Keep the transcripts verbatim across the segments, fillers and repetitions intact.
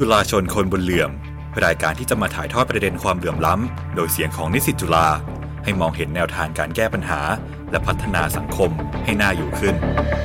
จุฬาชนคนบนเหลื่อมรายการที่จะมาถ่ายทอดประเด็นความเหลื่อมล้ำโดยเสียงของนิสิตจุฬาให้มองเห็นแนวทางการแก้ปัญหาและพัฒนาสังคมให้น่าอยู่ขึ้น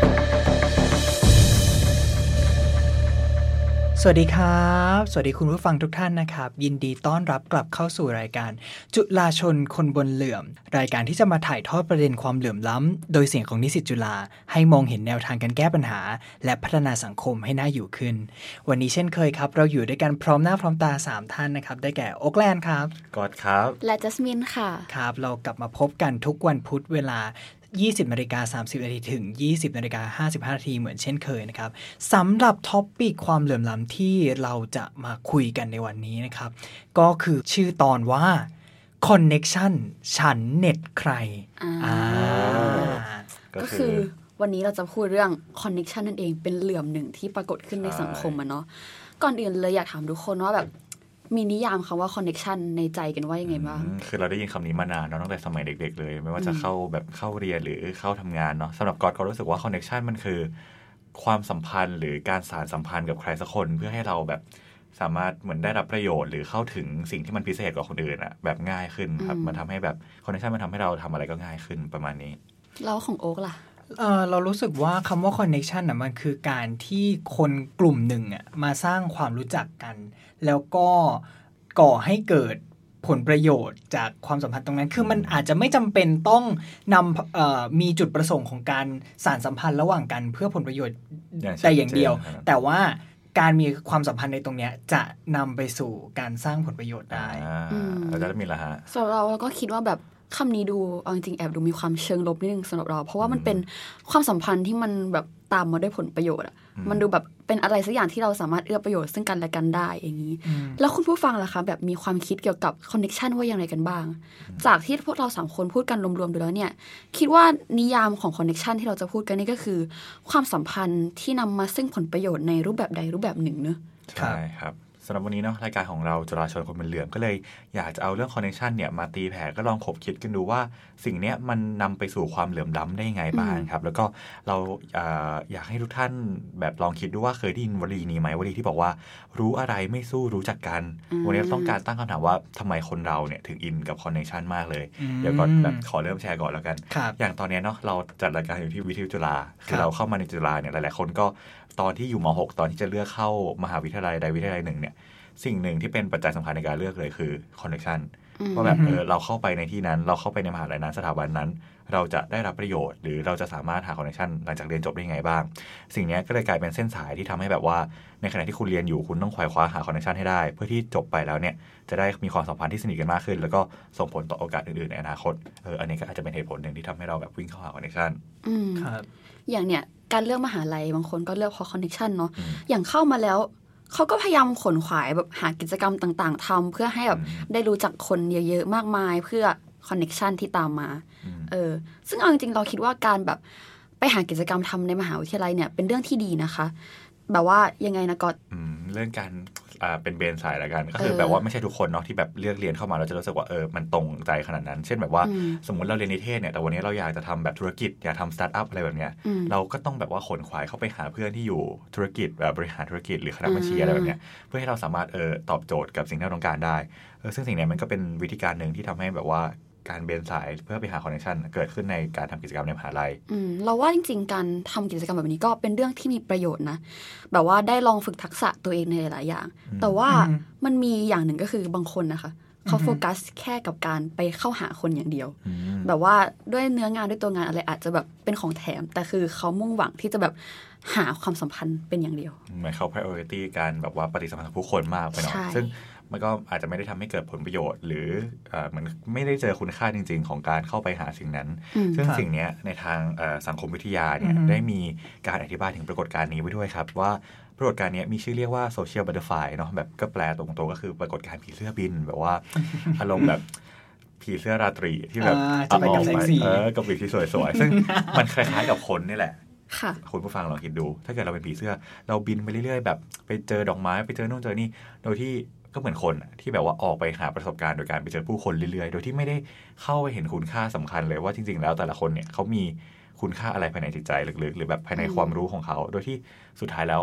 สวัสดีครับสวัสดีคุณผู้ฟังทุกท่านนะครับยินดีต้อนรับกลับเข้าสู่รายการจุฬาชนคนบนเหลื่อมรายการที่จะมาถ่ายทอดประเด็นความเหลื่อมล้ำโดยเสียงของนิสิตจุฬาให้มองเห็นแนวทางการแก้ปัญหาและพัฒนาสังคมให้น่าอยู่ขึ้นวันนี้เช่นเคยครับเราอยู่ด้วยกันพร้อมหน้าพร้อมตาสามท่านนะครับได้แก่โอ๊คแลนด์ครับกอดครับและจัสมินค่ะครับเรากลับมาพบกันทุกวันพุธเวลายี่สิบนาฬิกาสามสิบนาทีถึง ยี่สิบนาฬิกาห้าสิบห้านาทีเหมือนเช่นเคยนะครับสำหรับท็อปปิกความเหลื่อมล้ำที่เราจะมาคุยกันในวันนี้นะครับก็คือชื่อตอนว่า Connection ฉันเน็ตใครอ่าก็คือวันนี้เราจะพูดเรื่อง Connection นั่นเองเป็นเหลื่อมหนึ่งที่ปรากฏขึ้นในสังคมอะเนาะก่อนอื่นเลยอยากถามทุกคนว่าแบบมีนิยามคำว่า connection ในใจกันว่ายังไงบ้างคือเราได้ยินคำนี้มานานเนาะตั้งแต่สมัยเด็กๆเลยไม่ว่าจะเข้าแบบเข้าเรียนหรือเข้าทำงานเนาะสำหรับกอดก็รู้สึกว่า connection มันคือความสัมพันธ์หรือการสานสัมพันธ์กับใครสักคนเพื่อให้เราแบบสามารถเหมือนได้รับประโยชน์หรือเข้าถึงสิ่งที่มันพิเศษกว่าคนอื่นอะแบบง่ายขึ้นครับมันทำให้แบบ connection มันทำให้เราทำอะไรก็ง่ายขึ้นประมาณนี้แล้วของโอ๊คล่ะเออเรารู้สึกว่าคำว่า connection น่ะมันคือการที่คนกลุ่มหนึ่งอ่ะมาสร้างความรู้จักกันแล้วก็ก่อให้เกิดผลประโยชน์จากความสัมพันธ์ตรงนั้นคือมันอาจจะไม่จำเป็นต้องนำเอ่อมีจุดประสงค์ของการสานสัมพันธ์ระหว่างกันเพื่อผลประโยชน์แต่อย่างเดียวแต่ว่าการมีความสัมพันธ์ในตรงนี้จะนำไปสู่การสร้างผลประโยชน์ได้เราจะมีละฮะสำหรับเราเราก็คิดว่าแบบคำนี้ดูเอาจริงๆแอบดูมีความเชิงลบนิดนึงสำหรับเราเพราะว่ามันเป็นความสัมพันธ์ที่มันแบบตามมาด้วยผลประโยชน์อ่ะมันดูแบบเป็นอะไรสักอย่างที่เราสามารถเอื้อประโยชน์ซึ่งกันและกันได้อย่างนี้แล้วคุณผู้ฟังล่ะคะแบบมีความคิดเกี่ยวกับคอนเนคชั่นว่าอย่างไรกันบ้างจากที่พวกเราสามคนพูดกันรวมๆดูแล้วเนี่ยคิดว่านิยามของคอนเนคชั่นที่เราจะพูดกันนี่ก็คือความสัมพันธ์ที่นำมาซึ่งผลประโยชน์ในรูปแบบใดรูปแบบหนึ่งเนอะใช่ครับสำหรับวันนี้เนาะรายการของเราจุฬาชนคนบนเหลื่อมก็เลยอยากจะเอาเรื่องคอนเนคชันเนี่ยมาตีแผ่ก็ลองขบคิดกันดูว่าสิ่งนี้มันนำไปสู่ความเหลื่อมล้ำได้ยังไงบ้างครับแล้วก็เราอยากให้ทุกท่านแบบลองคิดดูว่าเคยได้ยินวลีนี้ไหมวลีที่บอกว่ารู้อะไรไม่สู้รู้จักกันวันนี้ต้องการตั้งคำถามว่าทำไมคนเราเนี่ยถึงอินกับคอนเนคชันมากเลยเดี๋ยวก่อนแบบขอเริ่มแชร์ก่อนแล้วกันอย่างตอนนี้เนาะเราจัดรายการอยู่ที่วิทยุจุฬาคือเราเข้ามาในจุฬาเนี่ยหลายๆคนก็ตอนที่อยู่ม.หก ตอนที่จะเลือกเข้ามหาวิทยาลัยใดวิทยาลัยหนึ่งเนี่ยสิ่งหนึ่งที่เป็นปัจจัยสำคัญในการเลือกเลยคือคอนเนคชั่นว่าแบบเออเราเข้าไปในที่นั้นเราเข้าไปในมหาลัยนั้นสถาบันนั้นเราจะได้รับประโยชน์หรือเราจะสามารถหาคอนเนคชั่นหลังจากเรียนจบได้ยังไงบ้างสิ่งนี้ก็เลยกลายเป็นเส้นสายที่ทำให้แบบว่าในขณะที่คุณเรียนอยู่คุณต้องคอยคว้าหาคอนเนคชั่นให้ได้เพื่อที่จบไปแล้วเนี่ยจะได้มีความสัมพันธ์ที่สนิทกันมากขึ้นแล้วก็ส่งผลต่อโอกาสอื่นๆในอนาคตเอออันนี้ก็อาจจะเป็นเหตุผลหนึ่งที่ทำให้เราแบบวิ่งเข้าหาคอนเนคชั่นครับอย่างเนี้ยการเลือกมหาลัยบางคนก็เลือกเพราะคอนเนคชั่นเนาะอย่างเข้ามาแล้วเขาก็พยายามขนขวายแบบหากิจกรรมต่างๆทำเพื่อให้แบบได้รู้จักคนเยอะๆมากมายเพื่อคอนเนคชั่นที่ตามมาเออซึ่งเอาจริงๆเราคิดว่าการแบบไปหากิจกรรมทำในมหาวิทยาลัยเนี่ยเป็นเรื่องที่ดีนะคะแบบว่ายังไงนะก็เรื่องการอ่าเป็นเบนสายละกันก็คือแบบว่าไม่ใช่ทุกคนเนาะที่แบบเลือกเรียนเข้ามาเราจะรู้สึกว่าเออมันตรงใจขนาดนั้นเช่นแบบว่าสมมุติเราเรียนนิเทศเนี่ยแต่วันนี้เราอยากจะทำแบบธุรกิจอยากทำสตาร์ทอัพอะไรแบบเนี้ยเราก็ต้องแบบว่าขนขวายเข้าไปหาเพื่อนที่อยู่ธุรกิจแบบบริหารธุรกิจหรือคณะบัญชีอะไรแบบเนี้ยเพื่อให้เราสามารถเออตอบโจทย์กับสิ่งที่เราต้องการได้เออซึ่งสิ่งนี้มันก็เป็นวิธีการหนึ่งที่ทำให้แบบว่าการเบนสายเพื่อไปหาคอนเนคชั่นเกิดขึ้นในการทำกิจกรรมในมหาลัยอืมเราว่าจริงๆการทำกิจกรรมแบบนี้ก็เป็นเรื่องที่มีประโยชน์นะแบบว่าได้ลองฝึกทักษะตัวเองในหลายๆอย่างแต่ว่ามันมีอย่างหนึ่งก็คือบางคนนะคะเขาโฟกัสแค่กับการไปเข้าหาคนอย่างเดียวแบบว่าด้วยเนื้องานด้วยตัวงานอะไรอาจจะแบบเป็นของแถมแต่คือเขามุ่งหวังที่จะแบบหาความสัมพันธ์เป็นอย่างเดียวเหมือนเขา priority การแบบว่าปฏิสัมพันธ์กับผู้คนมากไปหน่อยซึ่งมันก็อาจจะไม่ได้ทำให้เกิดผลประโยชน์หรือเหมือนไม่ได้เจอคุณค่าจริงๆของการเข้าไปหาสิ่งนั้นซึ่งสิ่งนี้ในทางสังคมวิทยาเนี่ยได้มีการอธิบายถึงปรากฏการณ์นี้ไว้ด้วยครับว่าปรากฏการณ์นี้มีชื่อเรียกว่า social butterfly เนาะแบบก็แปลตรงตัวก็คือปรากฏการณ์ผีเสื้อบินแบบว่าอารมณ์แบบผีเสื้อราตรีที่แบบจะไปกับแสงสีเออกับผีที่สวยๆซึ่งมันคล้ายๆกับคนนี่แหละค่ะคุณผู้ฟังลองคิดดูถ้าเกิดเราเป็นผีเสื้อเราบินไปเรื่อยๆแบบไปเจอดอกไม้ไปเจอนู่นเจอนี่โดยที่ก็เหมือนคนที่แบบว่าออกไปหาประสบการณ์โดยการไปเจอผู้คนเรื่อยๆโดยที่ไม่ได้เข้าไปเห็นคุณค่าสำคัญเลยว่าจริงๆแล้วแต่ละคนเนี่ยเขามีคุณค่าอะไรภายในจิตใจลึกๆหรือแบบภายในความรู้ของเขาโดยที่สุดท้ายแล้ว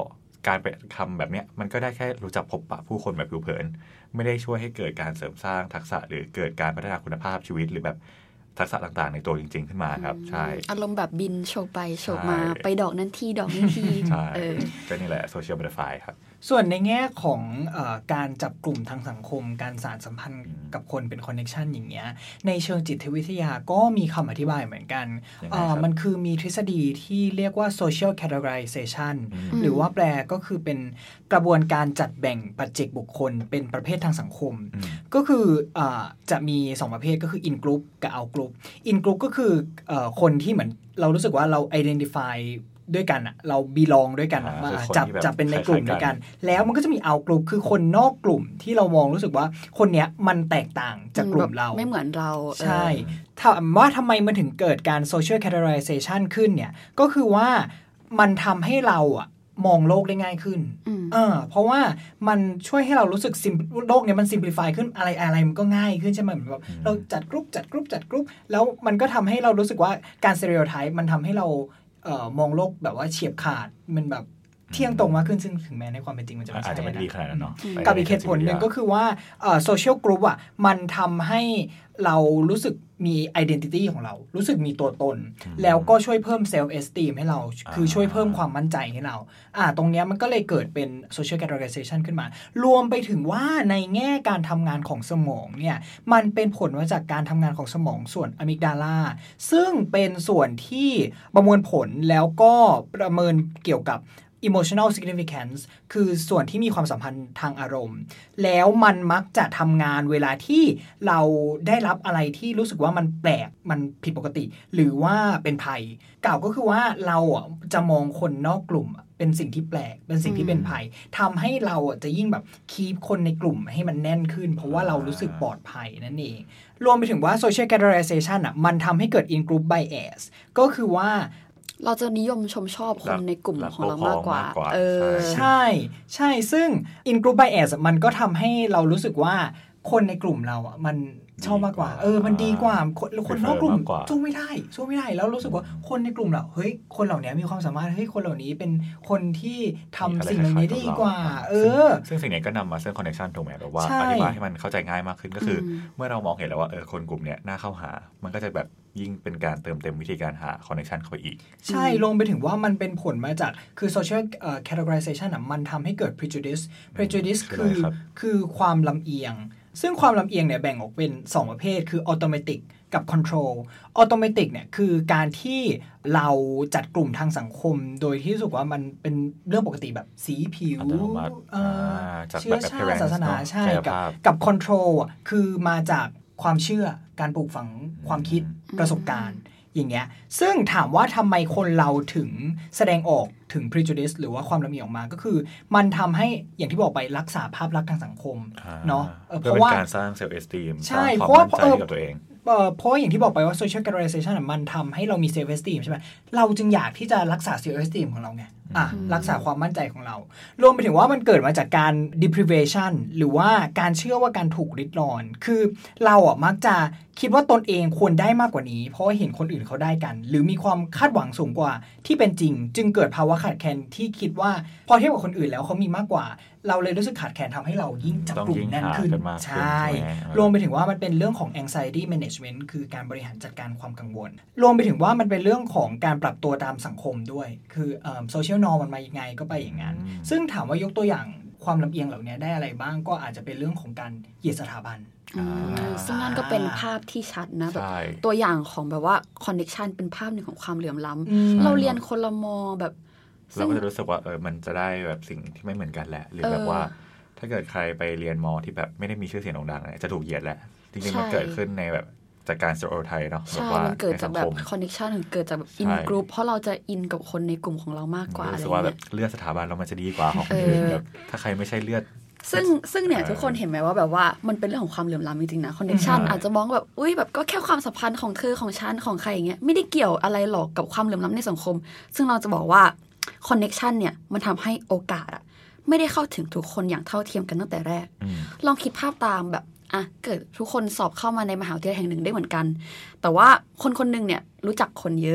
การไปทำแบบเนี้ยมันก็ได้แค่รู้จักพบปะผู้คนแบบผิวเผินไม่ได้ช่วยให้เกิดการเสริมสร้างทักษะหรือเกิดการพัฒนาคุณภาพชีวิตหรือแบบทักษะต่างๆในตัวจริงๆขึ้นมาครับใช่อารมณ์แบบบินโชว์ไปโชว์มาไปดอกนั้นทีดอกนี้ทีเออก็นี่แหละโซเชียลบัตเตอร์ฟลายครับส่วนในแง่ของเอ่อการจับกลุ่มทางสังคมการสานสัมพันธ์กับคนเป็นคอนเนคชันอย่างเงี้ยในเชิงจิตวิทยาก็มีคำอธิบายเหมือนกันเอ่อมันคือมีทฤษฎีที่เรียกว่า social categorization หรือว่าแปลก็คือเป็นกระบวนการจัดแบ่งปัจเจกบุคคลเป็นประเภททางสังคมก็คือเอ่อจะมีสองประเภทก็คือ in group กับ out group in group ก็คือเอ่อคนที่เหมือนเรารู้สึกว่าเรา identifyด้วยกันอะเราบีลองด้วยกันว่าจับจับเป็นในกลุ่มด้วยกันแล้วมันก็จะมีเอากลุ่มคือคนนอกกลุ่มที่เรามองรู้สึกว่าคนเนี้ยมันแตกต่างจากกลุ่มเราไม่เหมือนเราใช่ถามว่าทำไมมันถึงเกิดการ social categorization ขึ้นเนี่ยก็คือว่ามันทำให้เราอะมองโลกได้ง่ายขึ้นเออเพราะว่ามันช่วยให้เรารู้สึกโลกเนี้ยมัน simplify ขึ้นอะไรอะไรมันก็ง่ายขึ้นใช่ไหมเหมือนแบบเราจัดกลุ่มจัดกลุ่มจัดกลุ่มแล้วมันก็ทำให้เรารู้สึกว่าการ stereotype มันทำให้เราเอ่อมองโลกแบบว่าเฉียบขาดมันแบบเที่ยงตรงมากขึ้นซึ่งถึงแม้ในความเป็นจริงมันจะไม่ใช่อาจจะไม่ดีขนาดนั้นเนาะกับอีกเหตุผลหนึ่งก็คือว่าเอ่อโซเชียลกรุ๊ปอ่ะมันทำให้เรารู้สึกมี identity ของเรารู้สึกมีตัวตนแล้วก็ช่วยเพิ่ม self esteem ให้เราคือช่วยเพิ่มความมั่นใจให้เราอ่าตรงเนี้ยมันก็เลยเกิดเป็น social categorization ขึ้นมารวมไปถึงว่าในแง่การทำงานของสมองเนี่ยมันเป็นผลมาจากการทำงานของสมองส่วนอะมิกดาลาซึ่งเป็นส่วนที่ประมวลผลแล้วก็ประเมินเกี่ยวกับemotional significance คือส่วนที่มีความสัมพันธ์ทางอารมณ์แล้วมันมักจะทำงานเวลาที่เราได้รับอะไรที่รู้สึกว่ามันแปลกมันผิดปกติหรือว่าเป็นภัยกล่าวก็คือว่าเราอ่ะจะมองคนนอกกลุ่มเป็นสิ่งที่แปลกเป็นสิ่งที่เป็นภัยทำให้เราอ่ะจะยิ่งแบบคีปคนในกลุ่มให้มันแน่นขึ้นเพราะว่าเรารู้สึกปลอดภัยนั่นเองรวมไปถึงว่า social categorization อ่ะมันทำให้เกิด in group bias ก็คือว่าเราจะนิยมชมชอบคนในกลุ่มของเรามากกว่าเออใช่ใช่ซึ่ง in group bias มันก็ทำให้เรารู้สึกว่าคนในกลุ่มเราอ่ะมันชอบมากกว่าเออมันดีกว่าคนคนนอกกลุ่มสู้ไม่ได้สู้ไม่ได้แล้วรู้สึกว่าคนในกลุ่มเราเฮ้ยคนเหล่านี้มีความสามารถเฮ้ยคนเหล่านี้เป็นคนที่ทำสิ่งเหล่านี้ได้ดีกว่าเออซึ่งสิ่งนี้ก็นำมาซึ่ง connection ถูกไหมแบบว่าอธิบายให้มันเข้าใจง่ายมากขึ้นก็คือเมื่อเรามองเห็นแล้วว่าเออคนกลุ่มเนี้ยน่าเข้าหามันก็จะแบบยิ่งเป็นการเติมเต็มวิธีการหา connection เข้าไปอีกใช่ลงไปถึงว่ามันเป็นผลมาจากคือ social categorization อ่ะมันทำให้เกิด prejudice prejudice คือคือความลำเอียงซึ่งความลำเอียงเนี่ยแบ่งออกเป็นสองประเภทคือ automatic กับ control automatic เนี่ยคือการที่เราจัดกลุ่มทางสังคมโดยที่รู้สึกว่ามันเป็นเรื่องปกติแบบสีผิวเชื้อชาติศาสนาใช่กับกับ control อ่ะคือมาจากความเชื่อการปลูกฝังความคิดประสบการณ์อย่างเงี้ยซึ่งถามว่าทำไมคนเราถึงแสดงออกถึง prejudice หรือว่าความลำเอียงออกมาก็คือมันทำให้อย่างที่บอกไปรักษาภาพลักษณ์ทางสังคมเนาะเพราะว่าการสร้าง self esteem ใช่เพราะว่ากับตัวเองเพราะอย่างที่บอกไปว่า social categorization มันทำให้เรามี self esteem ใช่ไหมเราจึงอยากที่จะรักษา self esteem ของเราไงอ่ะรักษาความมั่นใจของเรารวมไปถึงว่ามันเกิดมาจากการ deprivation หรือว่าการเชื่อว่าการถูกริดรอนคือเราอ่ะมักจะคิดว่าตนเองควรได้มากกว่านี้เพราะเห็นคนอื่นเขาได้กันหรือมีความคาดหวังสูงกว่าที่เป็นจริงจึงเกิดภาวะขาดแคลนที่คิดว่าพอเทียบกับคนอื่นแล้วเขามีมากกว่าเราเลยรู้สึกขาดแคลนทำให้เรายิ่งจับกลุ่มแน่นขึ้นใช่รวมไปถึงว่ามันเป็นเรื่องของ anxiety management คือการบริหารจัดการความกังวลรวมไปถึงว่ามันเป็นเรื่องของการปรับตัวตามสังคมด้วยคือเอ่อ social norm มันมายังไงก็ไปอย่างนั้นซึ่งถามว่ายกตัวอย่างความลำเอียงเหล่านี้ได้อะไรบ้างก็อาจจะเป็นเรื่องของการเหยียดสถาบันซึ่งนั่นก็เป็นภาพที่ชัดนะแบบตัวอย่างของแบบว่าคอนเนคชันเป็นภาพหนึ่งของความเหลื่อมล้ำเราเรียนคนละมอแบบเราก็จะรู้สึกว่าเออมันจะได้แบบสิ่งที่ไม่เหมือนกันแหละหรือแบบว่าถ้าเกิดใครไปเรียนมอที่แบบไม่ได้มีชื่อเสียงโด่งดังเนี่ยจะถูกเหยียดแหละจริงๆมันเกิดขึ้นในแบบจากการสโตรไทยเนาะใช่มันเกิดจากแบบคอนเนคชันเกิดจากแบบอินกรุ๊ปเพราะเราจะอินกับคนในกลุ่มของเรามากกว่าอะไรรู้สึกว่าแบบเลือดสถาบันเรามันจะดีกว่าของคนอื่นแบบถ้าใครไม่ใช่เลือดซึ่งซึ่งเนี่ยทุกคนเห็นไหมว่าแบบว่ามันเป็นเรื่องของความเหลื่อมล้ำจริงๆนะคอนเนคชันอาจจะมองแบบอุ้ยแบบก็แค่ความสัมพันธ์ของเธอของฉันของใครอย่างเงี้ยไม่ได้เกี่ยวอะไรหรอกกับความเหลื่อมล้ำในสังคมซึ่งเราจะบอกว่าคอนเนคชันเนี่ยมันทำให้โอกาสอะไม่ได้เข้าถึงทุกคนอย่างเท่าเทียมกันตั้งแต่แรกลองคิดภาพตามแบบอ่ะเกิดทุกคนสอบเข้ามาในมหาวิทยาลัยแห่งหนึ่งได้เหมือนกันแต่ว่าคนคนนึงเนี่ยรู้จักคนเยอะ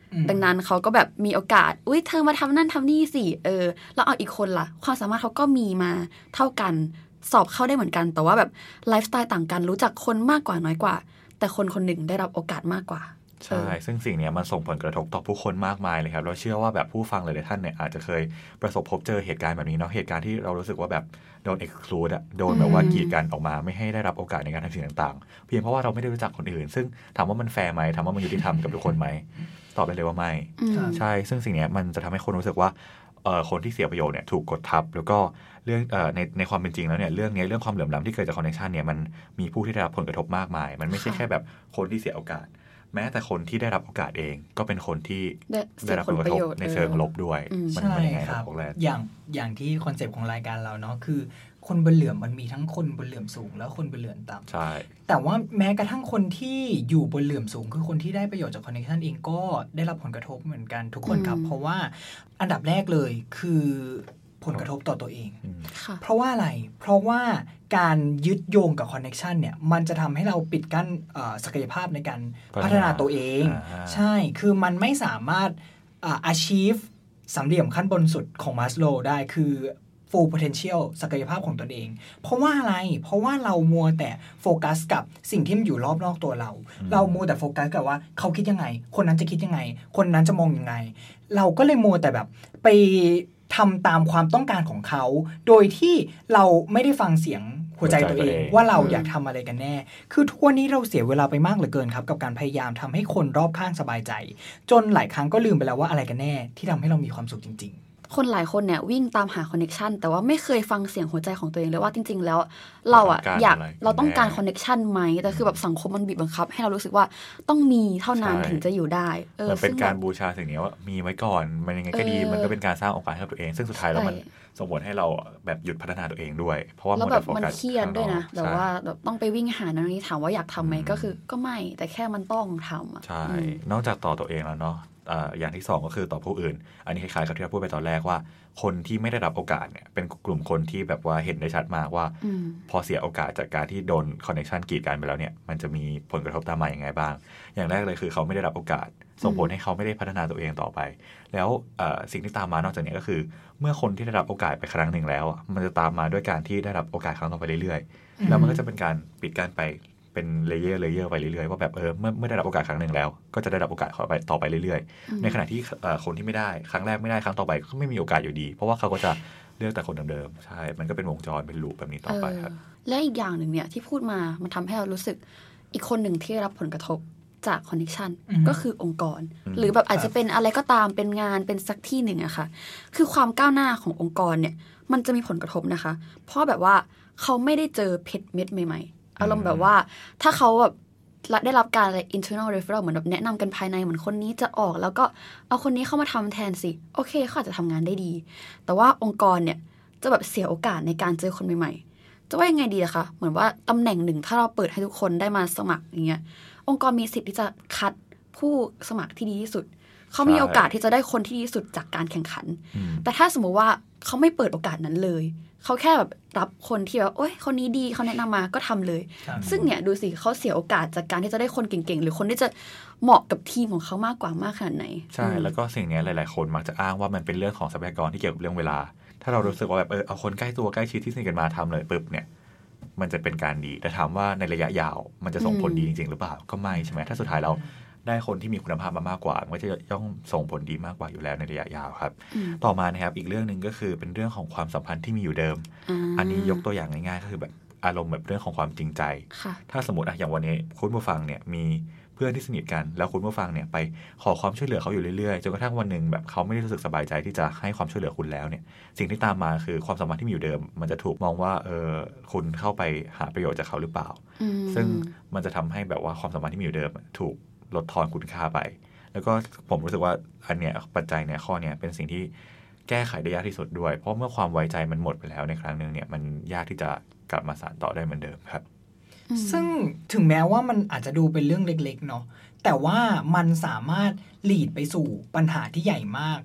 ดังนั้นเขาก็แบบมีโอกาสอุ้ยเธอมาทำนั่นทำนี่สิเออแล้วเอาอีกคนล่ะความสามารถเขาก็มีมาเท่ากันสอบเข้าได้เหมือนกันแต่ว่าแบบไลฟ์สไตล์ต่างกันรู้จักคนมากกว่าน้อยกว่าแต่คนคนหนึ่งได้รับโอกาสมากกว่าใช่ซึ่งสิ่งนี้มันส่งผลกระทบต่อผู้คนมากมายเลยครับเราเชื่อว่าแบบผู้ฟังหลายๆท่านเนี่ยอาจจะเคยประสบพบเจอเหตุการณ์แบบนี้เนาะเหตุการณ์ที่เรารู้สึกว่าแบบโดน exclude อะโดนแบบว่ากีดกันออกมาไม่ให้ได้รับโอกาสในการทำสิ่งต่างๆเพียงเพราะว่าเราไม่ได้รู้จักคนอื่นซึ่งถามว่ามันแฟร์ไหมถามว่ามันยุติธรรมกับทุกคนไหมตอบได้เลยว่าไม่ใช่ซึ่งสิ่งนี้มันจะทำให้คนรู้สึกว่าเอ่อคนที่เสียประโยชน์เนี่ยถูกกดทับแล้วก็เรื่องเอ่อในในความเป็นจริงแล้วเนี่ยเรื่องนี้เรื่องความเหลื่อมล้ำที่เกิดจากคอนเนคชันเนี่ยมันมีผู้ที่ได้รับผลกระทบมากมายมันไม่ใช่แค่แบบคนที่เสียโอกาสแม้แต่คนที่ได้รับโอกาสเองก็เป็นคนที่ได้รับผลกระทบในเชิงลบด้วยมันเป็นยังไงครับอย่างอย่างที่คอนเซปต์ของรายการเราเนาะคือคนบนเหลื่อมมันมีทั้งคนบนเหลื่อมสูงแล้วคนบนเหลื่อมต่ำใช่แต่ว่าแม้กระทั่งคนที่อยู่บนเหลื่อมสูงคือคนที่ได้ประโยชน์จากคอนเนคชันเองก็ได้รับผลกระทบเหมือนกันทุกคนครับเพราะว่าอันดับแรกเลยคือผลกระทบต่อตัวเองเพราะว่าอะไรเพราะว่าการยึดโยงกับคอนเนคชันเนี่ยมันจะทำให้เราปิดกั้นศักยภาพในการพัฒนาตัวเองใช่คือมันไม่สามารถ achieve สามเหลี่ยมขั้นบนสุดของมัสโลว์ได้คือ full potential ศักยภาพของตนเองเพราะว่าอะไรเพราะว่าเรามัวแต่โฟกัสกับสิ่งที่มันอยู่รอบนอกตัวเราเรามัวแต่โฟกัสกับว่าเขาคิดยังไงคนนั้นจะคิดยังไงคนนั้นจะมองยังไงเราก็เลยมัวแต่แบบไปทำตามความต้องการของเขาโดยที่เราไม่ได้ฟังเสียงหัวใจตัวเองว่าเราอยากทำอะไรกันแน่คือทุกวันนี้เราเสียเวลาไปมากเหลือเกินครับกับการพยายามทำให้คนรอบข้างสบายใจจนหลายครั้งก็ลืมไปแล้วว่าอะไรกันแน่ที่ทำให้เรามีความสุขจริงๆคนหลายคนเนี่ยวิ่งตามหาคอนเนคชันแต่ว่าไม่เคยฟังเสียงหัวใจของตัวเองเลยว่าจริงๆแล้วเราอะอยากเราต้องการคอนเนคชันไหมแต่คือแบบสังคมมันบีบบังคับให้เรารู้สึกว่าต้องมีเท่านั้นถึงจะอยู่ได้เออเป็นการบูชาสิ่งนี้ว่ามีไว้ก่อนมันยังไงก็ดีมันก็เป็นการสร้างโอกาสให้ตัวเองซึ่งสุดท้ายแล้วมันส่งผลให้เราแบบหยุดพัฒนาตัวเองด้วยเพราะว่ามันมันเครียดด้วยนะแต่ว่าแบบต้องไปวิ่งหานั้นนี้ถามว่าอยากทำไหมก็คือก็ไม่แต่แค่มันต้องทำใช่นอกจากต่อตัวเองแล้วเนาะอย่างที่สองก็คือต่อผู้อื่นอันนี้คล้ายๆกับที่เราพูดไปตอนแรกว่าคนที่ไม่ได้รับโอกาสเนี่ยเป็นกลุ่มคนที่แบบว่าเห็นได้ชัดมากว่าพอเสียโอกาสจากการที่โดนคอนเนคชันกีดกันไปแล้วเนี่ยมันจะมีผลกระทบตามมาอย่างไรบ้างอย่างแรกเลยคือเขาไม่ได้รับโอกาสส่งผลให้เขาไม่ได้พัฒนาตัวเองต่อไปแล้วสิ่งที่ตามมานอกจากนี้ก็คือเมื่อคนที่ได้รับโอกาสไปครั้งหนึ่งแล้วมันจะตามมาด้วยการที่ได้รับโอกาสครั้งต่อไปเรื่อยๆแล้วมันก็จะเป็นการปิดกั้นไปเป็นเลเยอร์เลเยอร์ไปเรื่อยๆว่าแบบเออเมื่อเมื่อได้รับโอกาสครั้งหนึ่งแล้วก็จะได้รับโอกาสต่อไปต่อไปเรื่อยๆในขณะที่คนที่ไม่ได้ครั้งแรกไม่ได้ครั้งต่อไปก็ไม่มีโอกาสอยู่ดีเพราะว่าเขาก็จะเลือกแต่คนเดิมๆใช่มันก็เป็นวงจรเป็นลูปแบบนี้ต่อไปครับและอีกอย่างหนึ่งเนี่ยที่พูดมามันทำให้เรารู้สึกอีกคนหนึ่งที่รับผลกระทบจากคอนเนคชันก็คือองค์กรหรือแบบอาจจะเป็นอะไรก็ตามเป็นงานเป็นสักที่หนึ่งอะค่ะคือความก้าวหน้าขององค์กรเนี่ยมันจะมีผลกระทบนะคะเพราะแบบว่าเขาไม่ได้เจอเพชรเม็ดใหม่ๆอารมณ์แบบว่าถ้าเขาแบบได้รับการอะไร internal referral เหมือนแบบแนะนำกันภายในเหมือนคนนี้จะออกแล้วก็เอาคนนี้เข้ามาทำแทนสิโอเคเขาอาจจะทำงานได้ดีแต่ว่าองค์กรเนี่ยจะแบบเสียโอกาสในการเจอคนใหม่ๆจะว่ายังไงดีอะคะเหมือนว่าตำแหน่งหนึ่งถ้าเราเปิดให้ทุกคนได้มาสมัครอย่างเงี้ยองค์กรมีสิทธิ์ที่จะคัดผู้สมัครที่ดีที่สุดเขามีโอกาสที่จะได้คนที่ดีที่สุดจากการแข่งขันแต่ถ้าสมมติว่าเขาไม่เปิดโอกาสนั้นเลยเขาแค่แบบรับคนที่แบบโอ๊ยคนนี้ดีเขาแนะนำมาก็ทำเลยซึ่งเนี่ยดูสิเขาเสียโอกาสจากการที่จะได้คนเก่งๆหรือคนที่จะเหมาะกับทีมของเขามากกว่ามากขนาดไหนใช่แล้วก็สิ่งนี้หลายๆคนมักจะอ้างว่ามันเป็นเรื่องของทรัพยากรที่เกี่ยวกับเรื่องเวลาถ้าเรารู้สึกว่าแบบเออเอาคนใกล้ตัวใกล้ชิดที่สนิทกันมาทำเลยปุ๊บเนี่ยมันจะเป็นการดีแต่ถามว่าในระยะยาวมันจะส่งผลดีจริงๆหรือเปล่าก็ไม่ใช่ไหมถ้าสุดท้ายเราได้คนที่มีคุณภาพมามากกว่ามันก็จะย่อมส่งผลดีมากกว่าอยู่แล้วในระยะยาวครับต่อมานะครับอีกเรื่องนึงก็คือเป็นเรื่องของความสัมพันธ์ที่มีอยู่เดิม อ, อันนี้ยกตัวอย่างง่ายๆก็คือแบบอารมณ์แบบเรื่องของความจริงใจถ้าสมมติอะอย่างวันนี้คุณผู้ฟังเนี่ยมีเพื่อนที่สนิทกันแล้วคุณผู้ฟังเนี่ยไปขอความช่วยเหลือเขาอยู่เรื่อยๆจนกระทั่งวันนึงแบบเขาไม่ได้รู้สึกสบายใจที่จะให้ความช่วยเหลือคุณแล้วเนี่ยสิ่งที่ตามมาคือความสัมพันธ์ที่มีอยู่เดิมมันจะถูกมองว่าเออคุณเข้าไปหาประโยชน์จากเขาหรือเปล่าซึ่งมันจะทำให้แบบว่าความสัมพันธ์ที่มีอยู่เดิมถูกลดทอนคุณค่าไปแล้วก็ผมรู้สึกว่าอันเนี้ยปัจจัยเนี่ยข้อเนี้ยเป็นสิ่งที่แก้ไขได้ยากที่สุดด้วยเพราะเมื่อความไว้ใจมันหมดไปแล้วในครั้งนึงเนี่ยมันยากที่จะกลับมาสานต่อได้เหมือนเดิมครับซึ่งถึงแม้ว่ามันอาจจะดูเป็นเรื่องเล็กๆเนาะแต่ว่ามันสามารถลีดไปสู่ปัญหาที่ใหญ่มาก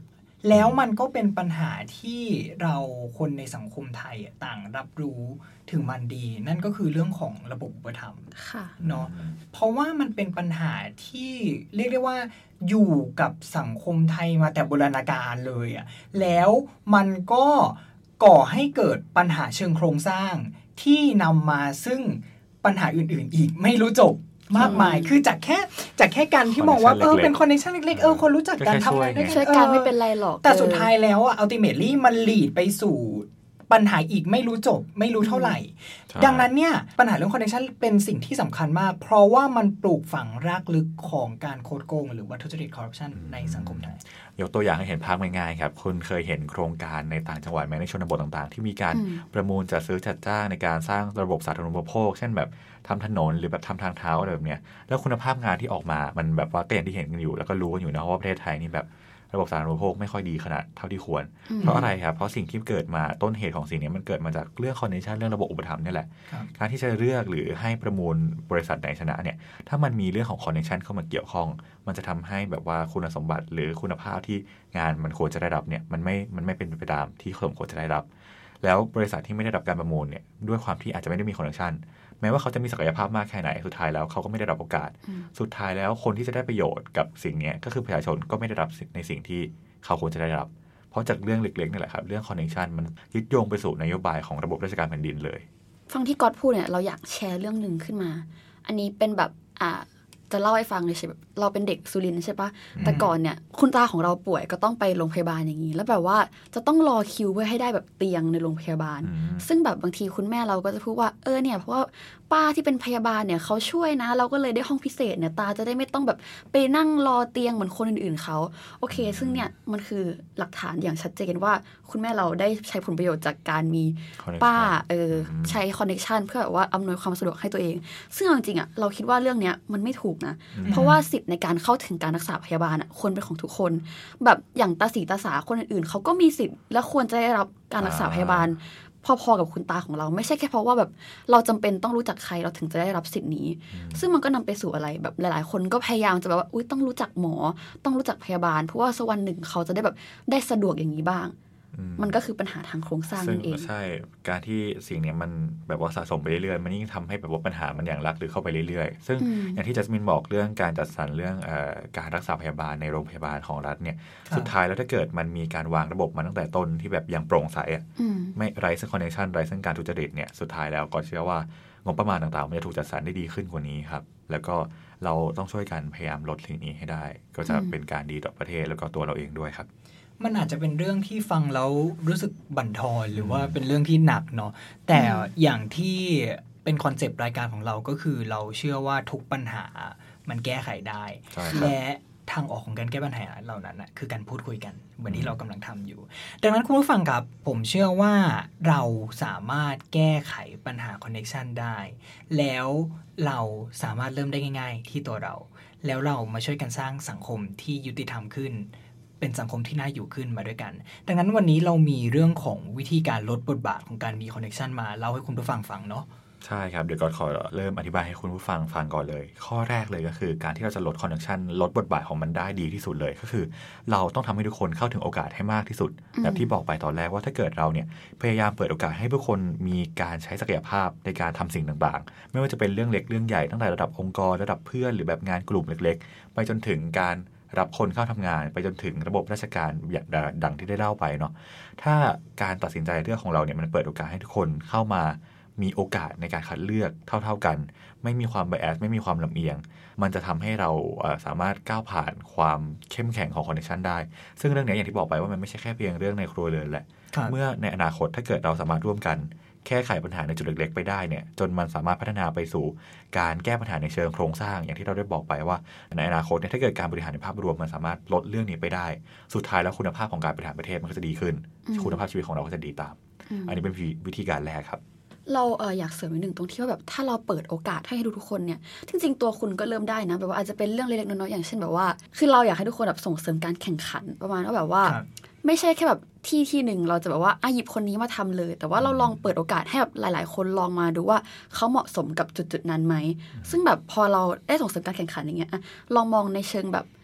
แล้วมันก็เป็นปัญหาที่เราคนในสังคมไทยต่างรับรู้ถึงมันดีนั่นก็คือเรื่องของระบบอุปถัมภ์เนาะเพราะว่ามันเป็นปัญหาที่เรียกได้ว่าอยู่กับสังคมไทยมาแต่โบราณกาลเลยอ่ะแล้วมันก็ก่อให้เกิดปัญหาเชิงโครงสร้างที่นำมาซึ่งปัญหาอื่นๆอีกไม่รู้จบมากมายคือจากแค่จากแค่การที่มองว่าเออเป็นคอนเนคชั่นเล็กๆเออคนรู้จักกันทำงานด้วยกันช่วยกันไม่เป็นไรหรอกแต่สุดท้ายแล้วอ่ะอัลติเมทลี่มันลีดไปสู่ปัญหาอีกไม่รู้จบไม่รู้เท่าไหร่ดังนั้นเนี่ยปัญหาเรื่องคอนเนคชั่นเป็นสิ่งที่สำคัญมากเพราะว่ามันปลูกฝังรากลึกของการโคดโกงหรือว่าทุจริตคอร์รัปชันในสังคมไทยยกตัวอย่างให้เห็นภาพง่ายๆครับคุณเคยเห็นโครงการในต่างจังหวัดไหมในชนบทต่างๆที่มีการประมูลจัดซื้อจัดจ้างในการสร้างระบบสาธารณูปโภคเช่นแบบทำถนนหรือแบบทำทางเท้าอะไรแบบเนี้ยแล้วคุณภาพงานที่ออกมามันแบบว่าก็อย่างที่เห็นกันอยู่แล้วก็รู้กันอยู่นะว่าประเทศไทยนี่แบบระบบสาธารณูปโภคไม่ค่อยดีขนาดเท่าที่ควรเพราะอะไรครับเพราะสิ่งที่เกิดมาต้นเหตุของสิ่งนี้มันเกิดมาจากเรื่องคอนเนคชั่นเรื่องระบบอุปถัมภ์นี่แหละการที่จะเลือกหรือให้ประมูลบริษัทไหนชนะเนี่ยถ้ามันมีเรื่องของคอนเนคชั่นเข้ามาเกี่ยวข้องมันจะทำให้แบบว่าคุณสมบัติหรือคุณภาพที่งานมันควรจะได้รับเนี่ยมันไม่มันไม่เป็นไปตามที่สมควรจะได้รับแล้วบริษัทที่ไม่ได้รับการประมูลเนี่ยด้วยความที่อาจจะไม่ได้มีคอนเนคชั่นแม้ว่าเขาจะมีศักยภาพมากแค่ไหนสุดท้ายแล้วเขาก็ไม่ได้รับโอกาสสุดท้ายแล้วคนที่จะได้ประโยชน์กับสิ่งนี้ก็คือประชาชนก็ไม่ได้รับในสิ่งที่เขาควรจะได้รับเพราะจากเรื่องเล็กๆนี่แหละครับเรื่องคอนเนคชั่นมันยึดโยงไปสู่นโยบายของระบบราชการแผ่นดินเลยฟังที่ก๊อตพูดเนี่ยเราอยากแชร์เรื่องนึงขึ้นมาอันนี้เป็นแบบอ่าจะเล่าให้ฟังเลยใช่แบบเราเป็นเด็กสุรินทร์ใช่ปะแต่ก่อนเนี่ยคุณตาของเราป่วยก็ต้องไปโรงพยาบาลอย่างนี้แล้วแบบว่าจะต้องรอคิวเพื่อให้ได้แบบเตียงในโรงพยาบาลซึ่งแบบบางทีคุณแม่เราก็จะพูดว่าเออเนี่ยเพราะว่าป้าที่เป็นพยาบาลเนี่ยเขาช่วยนะเราก็เลยได้ห้องพิเศษเนี่ยตาจะได้ไม่ต้องแบบไปนั่งรอเตียงเหมือนคนอื่นๆเขาโอเคซึ่งเนี่ยมันคือหลักฐานอย่างชัดเจนว่าคุณแม่เราได้ใช้ผลประโยชน์จากการมีป้าเออใช้คอนเนคชั่นเพื่อแบบว่าอำนวยความสะดวกให้ตัวเองซึ่งจริงๆอ่ะเราคิดว่าเรื่องเนี้ยมันไม่ถูกนะเพราะว่าสิทธิ์ในการเข้าถึงการรักษาพยาบาลอ่ะควรเป็นของทุกคนแบบอย่างตาสีตาสาคนอื่นๆเขาก็มีสิทธิ์และควรจะได้รับการรักษาพยาบาลพอๆกับคุณตาของเราไม่ใช่แค่เพราะว่าแบบเราจำเป็นต้องรู้จักใครเราถึงจะได้รับสิทธิ์นี้ซึ่งมันก็นำไปสู่อะไรแบบหลายๆคนก็พยายามจะแบบว่าอุ๊ยต้องรู้จักหมอต้องรู้จักพยาบาลเพราะว่าสักวันหนึ่งเขาจะได้แบบได้สะดวกอย่างนี้บ้างมันก็คือปัญหาทางโครงสร้างนั่นเองใช่การที่สิ่งนี้มันแบบว่าสะสมไปเรื่อยๆมันยิ่งทำให้แบบว่าปัญหามันอย่างลักหรือเข้าไปเรื่อยๆซึ่งอย่างที่จัสมินบอกเรื่องการจัดสรรเรื่องการรักษาพยาบาลในโรงพยาบาลของรัฐเนี่ยสุดท้ายแล้วถ้าเกิดมันมีการวางระบบมาตั้งแต่ต้นที่แบบยังโปร่งใสอ่ะไม่ไร้ซึ่งคอนเนคชั่นไร้ซึ่งการทุจริตเนี่ยสุดท้ายแล้วก็เชื่อว่างบประมาณต่างๆมันจะถูกจัดสรรได้ดีขึ้นกว่านี้ครับแล้วก็เราต้องช่วยกันพยายามลดสิ่งนี้ให้ได้ก็จะเป็นการดีต่อประเทศแล้วก็ตัวเราเองด้วยครับมันอาจจะเป็นเรื่องที่ฟังแล้วรู้สึกบั่นทอนหรือว่าเป็นเรื่องที่หนักเนาะแต่อย่างที่เป็นคอนเซปต์รายการของเราก็คือเราเชื่อว่าทุกปัญหามันแก้ไขได้และทางออกของการแก้ปัญหาเหล่านั้นนะคือการพูดคุยกันเหมือนที่เรากำลังทำอยู่ดังนั้นคุณผู้ฟังครับผมเชื่อว่าเราสามารถแก้ไขปัญหาคอนเนคชันได้แล้วเราสามารถเริ่มได้ง่ายๆที่ตัวเราแล้วเรามาช่วยกันสร้างสังคมที่ยุติธรรมขึ้นเป็นสังคมที่น่าอยู่ขึ้นมาด้วยกันดังนั้นวันนี้เรามีเรื่องของวิธีการลดบทบาทของการมีคอนเนคชันมาเล่าให้คุณผู้ฟังฟังเนาะใช่ครับเดี๋ยวก่อนขอเริ่มอธิบายให้คุณผู้ฟังฟังก่อนเลยข้อแรกเลยก็คือการที่เราจะลดคอนเนคชันลดบทบาทของมันได้ดีที่สุดเลยก็คือเราต้องทำให้ทุกคนเข้าถึงโอกาสให้มากที่สุดแบบที่บอกไปตอนแรกว่าถ้าเกิดเราเนี่ยพยายามเปิดโอกาสให้ทุกคนมีการใช้ศักยภาพในการทำสิ่งต่างๆไม่ว่าจะเป็นเรื่องเล็กเรื่องใหญ่ตั้งแต่ระดับองค์กรระดับเพื่อนหรือแบบงานกลุ่มเล็กๆไปจนถึงการรับคนเข้าทำงานไปจนถึงระบบราชการอย่างดังที่ได้เล่าไปเนาะถ้าการตัดสินใจเรื่องของเราเนี่ยมันเปิดโอกาสให้ทุกคนเข้ามามีโอกาสในการคัดเลือกเท่าๆกันไม่มีความไบแอสไม่มีความลำเอียงมันจะทำให้เราสามารถก้าวผ่านความเข้มแข็งของคอนเนคชั่นได้ซึ่งเรื่องนี้อย่างที่บอกไปว่ามันไม่ใช่แค่เพียงเรื่องในครัวเรือนแหละเมื่อในอนาคตถ้าเกิดเราสามารถร่วมกันแก้ไขปัญหาในจุดเล็กๆไปได้เนี่ยจนมันสามารถพัฒนาไปสู่การแก้ปัญหาในเชิงโครงสร้างอย่างที่เราได้บอกไปว่าในอนาคตเนี่ยถ้าเกิดการบริหารในภาพรวมมันสามารถลดเรื่องนี้ไปได้สุดท้ายแล้วคุณภาพของการบริหารประเทศมันก็จะดีขึ้นคุณภาพชีวิตของเราก็จะดีตามอันนี้เป็นวิธีการแรกครับเราเอออยากเสริมอีกหนึ่งตรงที่ว่าแบบถ้าเราเปิดโอกาสให้ทุกคนเนี่ยจริงๆตัวคุณก็เริ่มได้นะแบบว่าอาจจะเป็นเรื่องเล็กๆน้อยๆอย่างเช่นแบบว่าคือเราอยากให้ทุกคนแบบส่งเสริมการแข่งขันประมาณว่าแบบว่าไม่ใช่แค่แบบที่ที่หนึ่งเราจะแบบว่าอ่ะหยิบคนนี้มาทำเลยแต่ว่าเราลองเปิดโอกาสให้แบบหลายๆคนลองมาดูว่าเขาเหมาะสมกับจุดๆนั้นไหมซึ่งแบบพอเราได้ส่งเสริมการแข่งขันอย่างเงี้ยลองมองในเชิงแบบ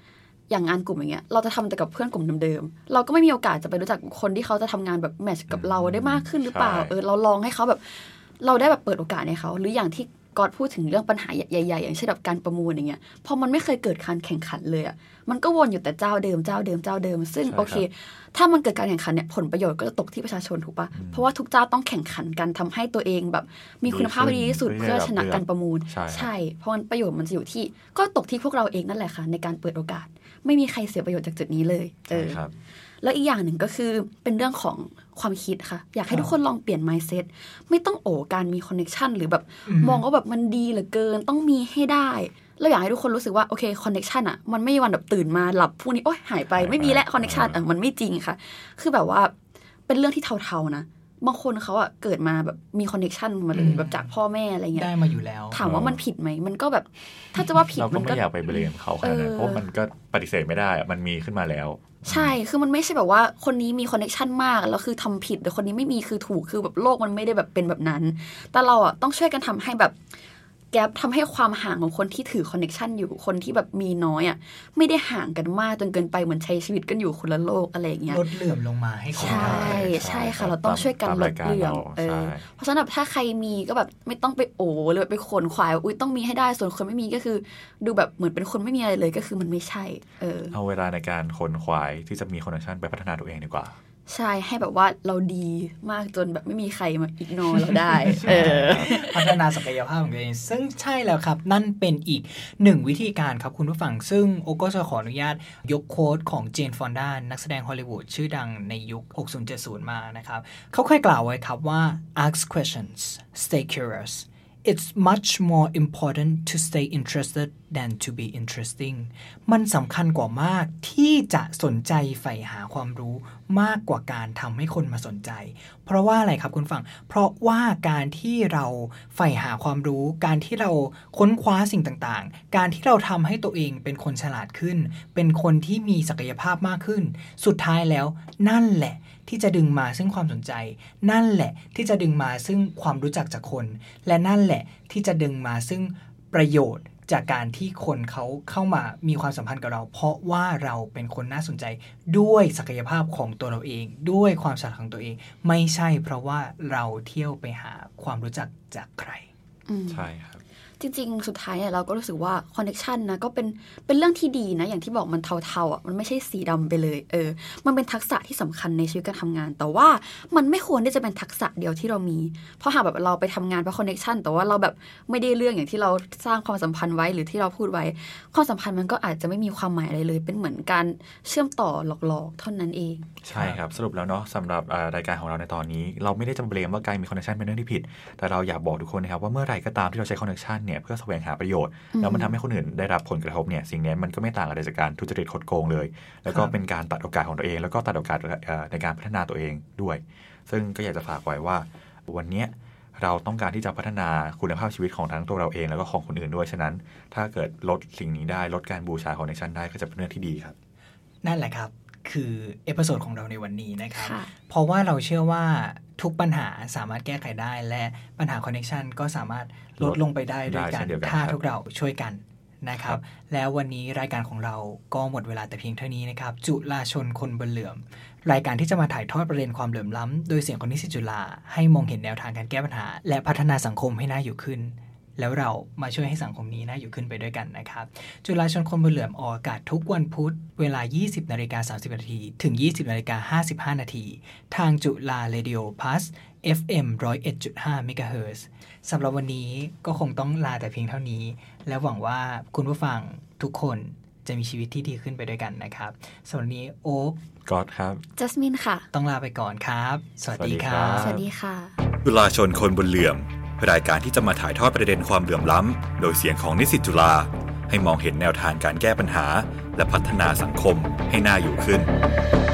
อย่างงานกลุ่มอย่างเงี้ยเราจะทำแต่กับเพื่อนกลุ่มเดิมๆเราก็ไม่มีโอกาสจะไปรู้จักคนที่เขาจะทำงานแบบแมทช์กับเราได้มากขึ้นหรือเปล่าเออเราลองให้เขาแบบเราได้แบบเปิดโอกาสให้เขาหรืออย่างที่ก๊อตพูดถึงเรื่องปัญหาใหญ่ๆอย่างเช่นแบบการประมูลอย่างเงี้ยพอมันไม่เคยเกิดการแข่งขันเลยอ่ะมันก็วนอยู่แต่เจ้าเดิมเจ้าเดิมเจ้าเดิมซึ่งโอเคถ้ามันเกิดการแข่งขันเนี่ยผลประโยชน์ก็จะตกที่ประชาชนถูกป่ะเพราะว่าทุกเจ้าต้องแข่งขันกันทำให้ตัวเองแบบมีคุณภาพดีที่สุดเพื่อชนะการประมูลใช่เพราะมันประโยชน์มันจะอยู่ที่ก็ตกที่พวกเราเองนั่นแหละค่ะในการเปิดโอกาสไม่มีใครเสียประโยชน์จากจุดนี้เลยเออแล้วอีกอย่างหนึ่งก็คือเป็นเรื่องของความคิดค่ะอยากให้ทุกคนลองเปลี่ยน mindset ไม่ต้องโอ้การมี connection หรือแบบมองว่าแบบมันดีเหลือเกินต้องมีให้ได้เราอยากให้ทุกคนรู้สึกว่าโอเค connection อ่ะมันไม่มีวันแบบตื่นมาหลับพรุ่งนี้โอ๊ยหายไปไม่มีแล้ว connection อ่ะมันไม่จริงค่ะคือแบบว่าเป็นเรื่องที่เทาๆนะบางคนเขาอ่ะเกิดมาแบบมี connection มาเลยแบบจากพ่อแม่อะไรเงี้ยได้มาอยู่แล้วถามว่ามันผิดไหมมันก็แบบถ้าจะว่าผิดมันก็ไม่อยากไปเบลมเขาขนาดนั้นเพราะมันก็ปฏิเสธไม่ได้มันมีขึ้นมาแล้วใช่คือมันไม่ใช่แบบว่าคนนี้มีคอนเนคชั่นมากแล้วคือทำผิดแต่คนนี้ไม่มีคือถูกคือแบบโลกมันไม่ได้แบบเป็นแบบนั้นแต่เราอ่ะต้องช่วยกันทำให้แบบแกปทำให้ความห่างของคนที่ถือคอนเนคชั่นอยู่คนที่แบบมีน้อยอ่ะไม่ได้ห่างกันมากจนเกินไปเหมือนใช้ชีวิตกันอยู่คนละโลกอะไรอย่างเงี้ยลดเหลื่อมลงมาให้คนใช่ใช่ค่ะเราต้องช่วยกันลดเหลื่อมเออเพราะฉะนั้นแบบถ้าใครมีก็แบบไม่ต้องไปโอ้หรือไปขวนขวายอุ้ยต้องมีให้ได้ส่วนคนไม่มีก็คือดูแบบเหมือนเป็นคนไม่มีอะไรเลยก็คือมันไม่ใช่เออเอาเวลาในการขวนขวายที่จะมีคอนเนคชั่นไปพัฒนาตัวเองดีกว่าใช่ให้แบบว่าเราดีมากจนแบบไม่มีใครมาอิกนอร์เราได้เออพัฒนาศักยภาพของตัวเองซึ่งใช่แล้วครับนั่นเป็นอีกหนึ่งวิธีการครับคุณผู้ฟังซึ่งโอก็จะขออนุญาตยกโค้ดของเจนฟอนดานักแสดงฮอลลีวูดชื่อดังในยุค หกสิบ เจ็ดสิบ มานะครับเขาเคยกล่าวไว้ครับว่า ask questions stay curious It's much more important to stay interested than to be interesting มันสำคัญกว่ามากที่จะสนใจใฝ่หาความรู้มากกว่าการทำให้คนมาสนใจเพราะว่าอะไรครับคุณฟังเพราะว่าการที่เราใฝ่หาความรู้การที่เราค้นคว้าสิ่งต่างๆการที่เราทำให้ตัวเองเป็นคนฉลาดขึ้นเป็นคนที่มีศักยภาพมากขึ้นสุดท้ายแล้วนั่นแหละที่จะดึงมาซึ่งความสนใจนั่นแหละที่จะดึงมาซึ่งความรู้จักจากคนและนั่นแหละที่จะดึงมาซึ่งประโยชน์จากการที่คนเขาเข้ามามีความสัมพันธ์กับเราเพราะว่าเราเป็นคนน่าสนใจด้วยศักยภาพของตัวเราเองด้วยความฉลาดของตัวเองไม่ใช่เพราะว่าเราเที่ยวไปหาความรู้จักจากใครใช่ครับจริงๆสุดท้ายเราก็รู้สึกว่าคอนเนคชันนะก็เป็นเป็นเรื่องที่ดีนะอย่างที่บอกมันเทาๆอ่ะมันไม่ใช่สีดำไปเลยเออมันเป็นทักษะที่สำคัญในชีวิตการทำงานแต่ว่ามันไม่ควรที่จะเป็นทักษะเดียวที่เรามีเพราะหากแบบเราไปทำงานเพราะคอนเนคชันแต่ว่าเราแบบไม่ได้เรื่องอย่างที่เราสร้างความสัมพันธ์ไว้หรือที่เราพูดไว้ความสัมพันธ์มันก็อาจจะไม่มีความหมายอะไรเลยเป็นเหมือนการเชื่อมต่อหลอกๆเท่านั้นเองใช่ครับสรุปแล้วเนาะสำหรับรายการของเราในตอนนี้เราไม่ได้จำเบลมว่าการมีคอนเนคชันเป็นเรื่องที่ผิดแต่เราอยากบอกทุกคนนะครับว่าเมื่อไหร่ก็ตามที่เราใช้คอนเนคชันเนี่ยเพื่อแสวงหาประโยชน์แล้วมันทำให้คนอื่นได้รับผลกระทบเนี่ยสิ่งนี้มันก็ไม่ต่างอะไรจากการทุจริตคดโกงเลยแล้วก็เป็นการตัดโอกาสของตัวเองแล้วก็ตัดโอกาสในการพัฒนาตัวเองด้วยซึ่งก็อยากจะฝากไว้ว่าวันนี้เราต้องการที่จะพัฒนาคุณภาพชีวิตของทั้งตัวเราเองแล้วก็ของคนอื่นด้วยฉะนั้นถ้าเกิดลดสิ่งนี้ได้ลดการบูชาคอนเนคชั่นได้ก็จะเป็นเรื่องที่ดีครับนั่นแหละครับคือเอพิโซดของเราในวันนี้นะครับเพราะว่าเราเชื่อว่าทุกปัญหาสามารถแก้ไขได้และปัญหาคอนเนคชันก็สามารถลดลงไปได้ด้วยกันถ้าทุกเราช่วยกันนะครับแล้ววันนี้รายการของเราก็หมดเวลาแต่เพียงเท่านี้นะครับจุฬาชนคนบนเหลื่อมรายการที่จะมาถ่ายทอดประเด็นความเหลื่อมล้ำโดยเสียงของนิสิตจุฬาให้มองเห็นแนวทางการแก้ปัญหาและพัฒนาสังคมให้น่าอยู่ขึ้นแล้วเรามาช่วยให้สังคมนี้น่าอยู่ขึ้นไปด้วยกันนะครับจุฬาชนคนบนเหลื่อมออกอากาศทุกวันพุธเวลา ยี่สิบนาฬิกาสามสิบนาทีถึง ยี่สิบนาฬิกาห้าสิบห้านาทีทางจุฬาเรดิโอพลัส เอฟ เอ็ม หนึ่งศูนย์เอ็ดจุดห้า เมกะเฮิรตซ์สำหรับวันนี้ก็คงต้องลาแต่เพียงเท่านี้และหวังว่าคุณผู้ฟังทุกคนจะมีชีวิตที่ดีขึ้นไปด้วยกันนะครับสำหรับวันนี้โอ๊คก๊อตครับจัสมินค่ะต้องลาไปก่อนครับสวัสดีครับสวัสดีค่ะจุฬาชนคนบนเหลื่อมรายการที่จะมาถ่ายทอดประเด็นความเหลื่อมล้ำโดยเสียงของนิสิตจุฬาให้มองเห็นแนวทางการแก้ปัญหาและพัฒนาสังคมให้น่าอยู่ขึ้น